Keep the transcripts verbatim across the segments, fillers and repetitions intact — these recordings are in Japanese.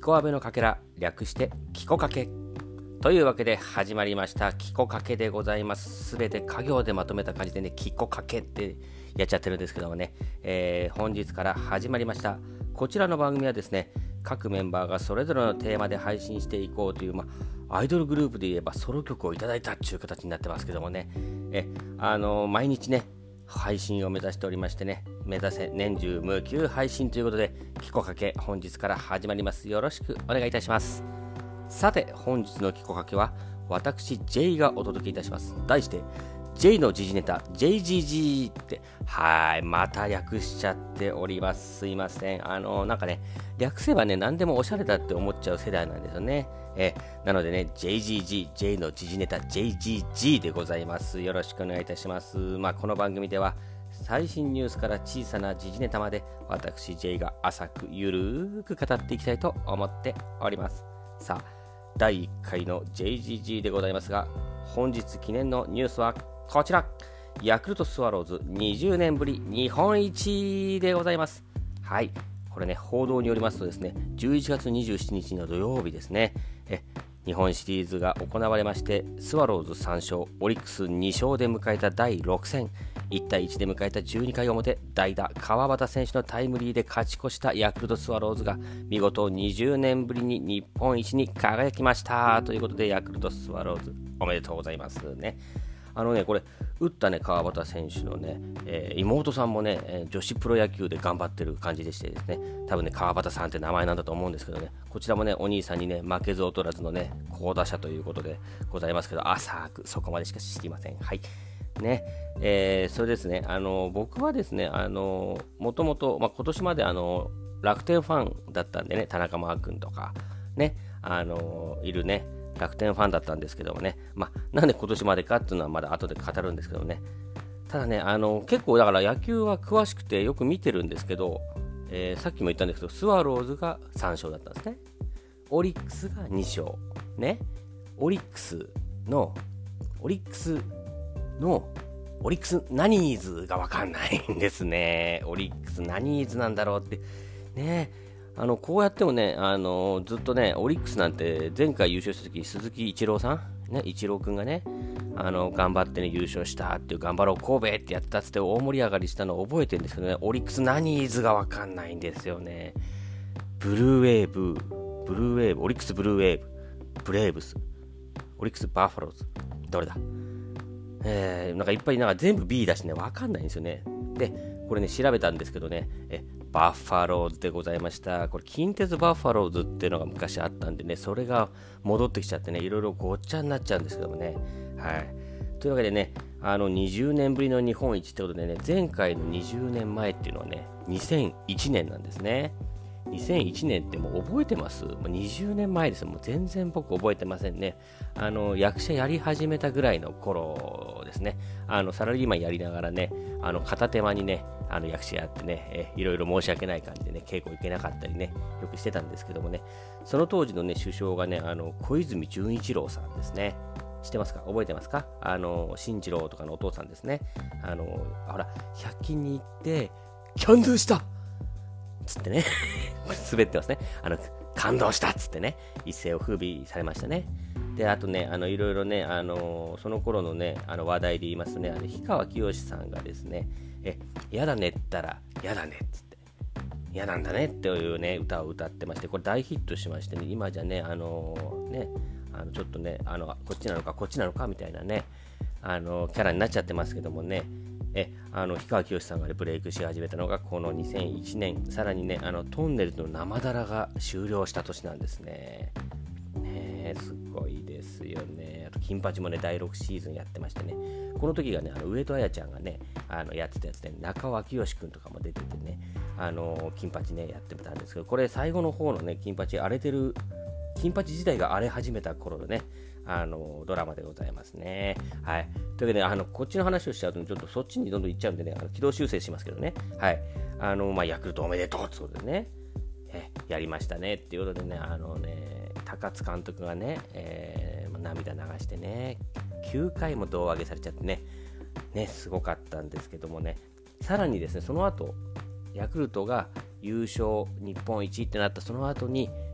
コアベのかけら、略してキコかけというわけで始まりましたキコかけでございます。すべて家業でまとめた感じでね、キコかけってやっちゃってるんですけどもね、えー、本日から始まりました。こちらの番組はですね、各メンバーがそれぞれのテーマで配信していこうという、まあ、アイドルグループで言えばソロ曲をいただいたっていう形になってますけどもね、えあのー、毎日ね配信を目指しておりましてね、目指せ年中無休配信ということで、キコかけ本日から始まります。よろしくお願いいたします。さて本日のキコかけは私 J がお届けいたします。題して J の時事ネタ ジェイジージー って、はいまた略しちゃっております。すいません。あのなんかね略せばね何でもおしゃれだって思っちゃう世代なんですよね。えなのでね ジェイジージー J の時事ネタ ジェイジージー でございます。よろしくお願いいたします。まあこの番組では最新ニュースから小さな時事ネタまで私 J が浅くゆるーく語っていきたいと思っております。さあだいいっかいの ジェイジージー でございますが、本日記念のニュースはこちら。ヤクルトスワローズにじゅうねんぶり日本一でございます。はい、これね報道によりますとですね、じゅういちがつにじゅうしちにちの土曜日ですね、え日本シリーズが行われまして、スワローズさんしょう、オリックスにしょうで迎えただいろくせん、いちたいいちで迎えたじゅうにかい表、代打川端選手のタイムリーで勝ち越したヤクルトスワローズが見事にじゅうねんぶりに日本一に輝きましたということで、ヤクルトスワローズおめでとうございますね。あのねこれ打ったね川端選手のね、えー、妹さんもね、えー、女子プロ野球で頑張ってる感じでしてですね、多分ね川端さんって名前なんだと思うんですけどね、こちらもねお兄さんにね負けず劣らずのね好打者ということでございますけど、浅くそこまでしか知りません。はいね、えー、それですね、あの僕はですね、あのもともと、まあ、今年まであの楽天ファンだったんでね、田中マー君とかね、あのいるね楽天ファンだったんですけどもね、まあ、なんで今年までかっていうのはまだ後で語るんですけどね、ただねあの結構だから野球は詳しくてよく見てるんですけど、えー、さっきも言ったんですけど、スワローズがさんしょうだったんですね。オリックスがにしょうね。オリックスのオリックスのオリックス何ーズが分かんないんですね。オリックス何ーズなんだろうってね。あのこうやってもね、あのずっとねオリックスなんて前回優勝した時鈴木一郎さんね、一郎くんがねあの頑張ってね優勝したっていう、頑張ろう神戸ってやったっつって大盛り上がりしたのを覚えてるんですけどね、オリックス何ーズが分かんないんですよね。ブルーウェーブブルーウェーブオリックスブルーウェーブブレーブスオリックスバファローズどれだ、えー、なんかいっぱいなんか全部 B だしね分かんないんですよね。でこれね調べたんですけどね、えバッファローズでございました。これ近鉄バッファローズっていうのが昔あったんでね、それが戻ってきちゃってね、いろいろごっちゃになっちゃうんですけどもね。はい。というわけでね、あのにじゅうねんぶりの日本一ってことでね、前回のにじゅうねんまえっていうのはね、にせんいちねんなんですね。にせんいちねんってもう覚えてます？もうにじゅうねんまえです。もう全然僕覚えてませんね。あの役者やり始めたぐらいの頃ですね。あのサラリーマンやりながらね、あの片手間にね、あの役者やってね、えいろいろ申し訳ない感じでね、稽古行けなかったりね、よくしてたんですけどもね、その当時のね、首相がね、あの小泉純一郎さんですね。知ってますか？覚えてますか？あの進次郎とかのお父さんですね。あのほらひゃく均に行ってキャンドゥしたつってね滑ってますね。あの感動したっつってね一世を風靡されましたね。であとねあのいろいろねあのその頃のねあの話題で言いますとね、あの氷川きよしさんがですね、えやだねったらやだねっつってやなんだねっていうね歌を歌ってまして、これ大ヒットしましてね、今じゃねあのねあのちょっとねあのこっちなのかこっちなのかみたいなねあのキャラになっちゃってますけどもね、えあの氷川きよしさんが、ね、ブレイクし始めたのがこのにせんいちねん、さらにねあのトンネルズの生だらが終了した年なんですね。ねすごいですよね。あと金八もねだいろくシーズンやってましてね、この時がねあの上戸彩ちゃんがねあのやってたやつで、中尾明慶くんとかも出ててね、あの金八ねやってたんですけど、これ最後の方のね金八荒れてる金八自体が荒れ始めた頃のねあのドラマでございますね。はい。というわけで、あのこっちの話をしちゃうとちょっとそっちにどんどん行っちゃうんでね、あの軌道修正しますけどね。はい。あのまあヤクルトおめでとうってことでね、えやりましたねっていうことでね、あのね高津監督がね、えー、涙流してね、きゅうかいも胴上げされちゃってね、ねすごかったんですけどもね、さらにですねその後ヤクルトが優勝日本一ってなったその後に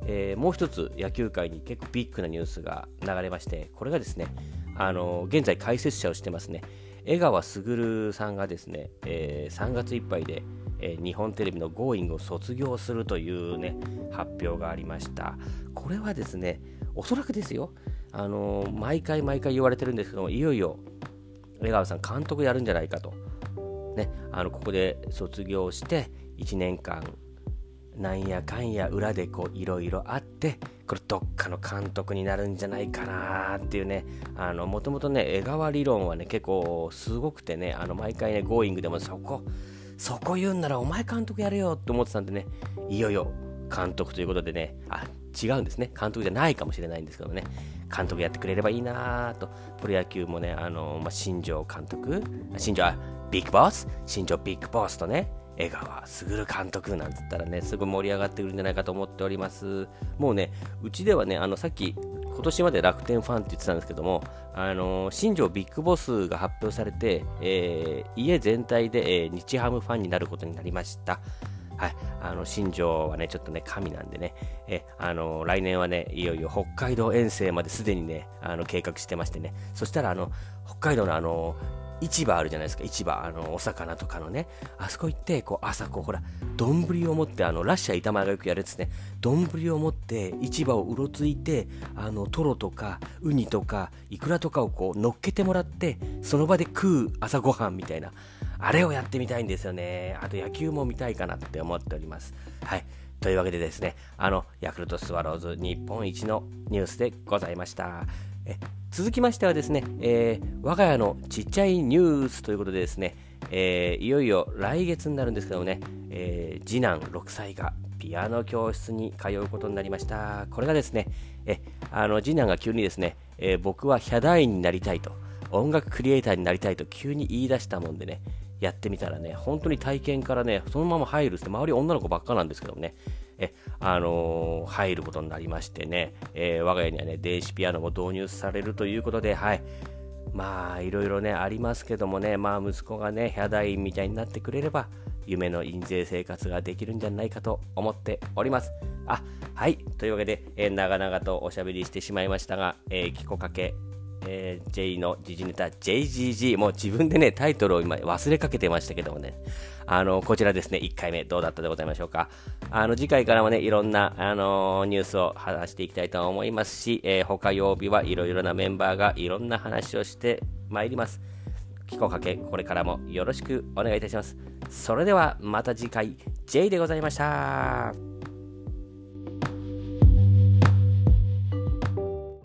えー、もう一つ野球界に結構ビッグなニュースが流れまして、これがですね、あの現在解説者をしてますね江川卓さんがですね、えー、さんがついっぱいで、えー、日本テレビの Going を卒業するというね発表がありました。これはですね、おそらくですよ、あのー、毎回毎回言われてるんですけども、いよいよ江川さん監督やるんじゃないかと、ね、あのここで卒業していちねんかんなんやかんや裏でこういろいろあって、これどっかの監督になるんじゃないかなっていうね、あのもともとね江川理論はね結構すごくてね、あの毎回ね Going でもそこそこ言うんならお前監督やれよって思ってたんでね、いよいよ監督ということでね、あ違うんですね、監督じゃないかもしれないんですけどね、監督やってくれればいいなと。プロ野球もね、あの、まあ、新庄監督、新庄ビッグボス新庄ビッグボスとね江川卓監督なんつったらね、すごい盛り上がってくるんじゃないかと思っております。もうね、うちではね、あのさっき今年まで楽天ファンって言ってたんですけども、あのー、新庄ビッグボスが発表されて、えー、家全体で、えー、日ハムファンになることになりました。はい、あの新庄はねちょっとね神なんでね、えあの来年はねいよいよ北海道遠征まですでにねあの計画してましてね、そしたらあの北海道のあの市場あるじゃないですか、市場、あのお魚とかのね、あそこ行ってこう朝こうほら丼を持って、あのラッシャー板前がよくやるやつね、丼を持って市場をうろついて、あのトロとかウニとかイクラとかをこう乗っけてもらってその場で食う朝ごはんみたいな、あれをやってみたいんですよね。あと野球も見たいかなって思っております。はい、というわけでですね、あのヤクルトスワローズ日本一のニュースでございました。え続きましてはですね、えー、我が家のちっちゃいニュースということでですね、えー、いよいよ来月になるんですけどもね、えー、次男ろくさいがピアノ教室に通うことになりました。これがですね、えあの次男が急にですね、えー、僕はヒャダインになりたいと、音楽クリエイターになりたいと急に言い出したもんでね、やってみたらね、本当に体験からねそのまま入るって、周り女の子ばっかなんですけどもね、えあのー、入ることになりましてね、えー、我が家にはね電子ピアノも導入されるということで、はい、まあいろいろねありますけどもね、まあ息子がねヒャダインみたいになってくれれば夢の印税生活ができるんじゃないかと思っております。あはい、というわけで、えー、長々とおしゃべりしてしまいましたが、えー、キコかけえー、J の時事ネタ ジェイジージー、 もう自分でねタイトルを今忘れかけてましたけどもね、あのこちらですね、いっかいめどうだったでございましょうか。あの次回からもねいろんな、あのー、ニュースを話していきたいと思いますし、えー、他曜日はいろいろなメンバーがいろんな話をしてまいります。キコかけこれからもよろしくお願いいたします。それではまた次回 J でございました。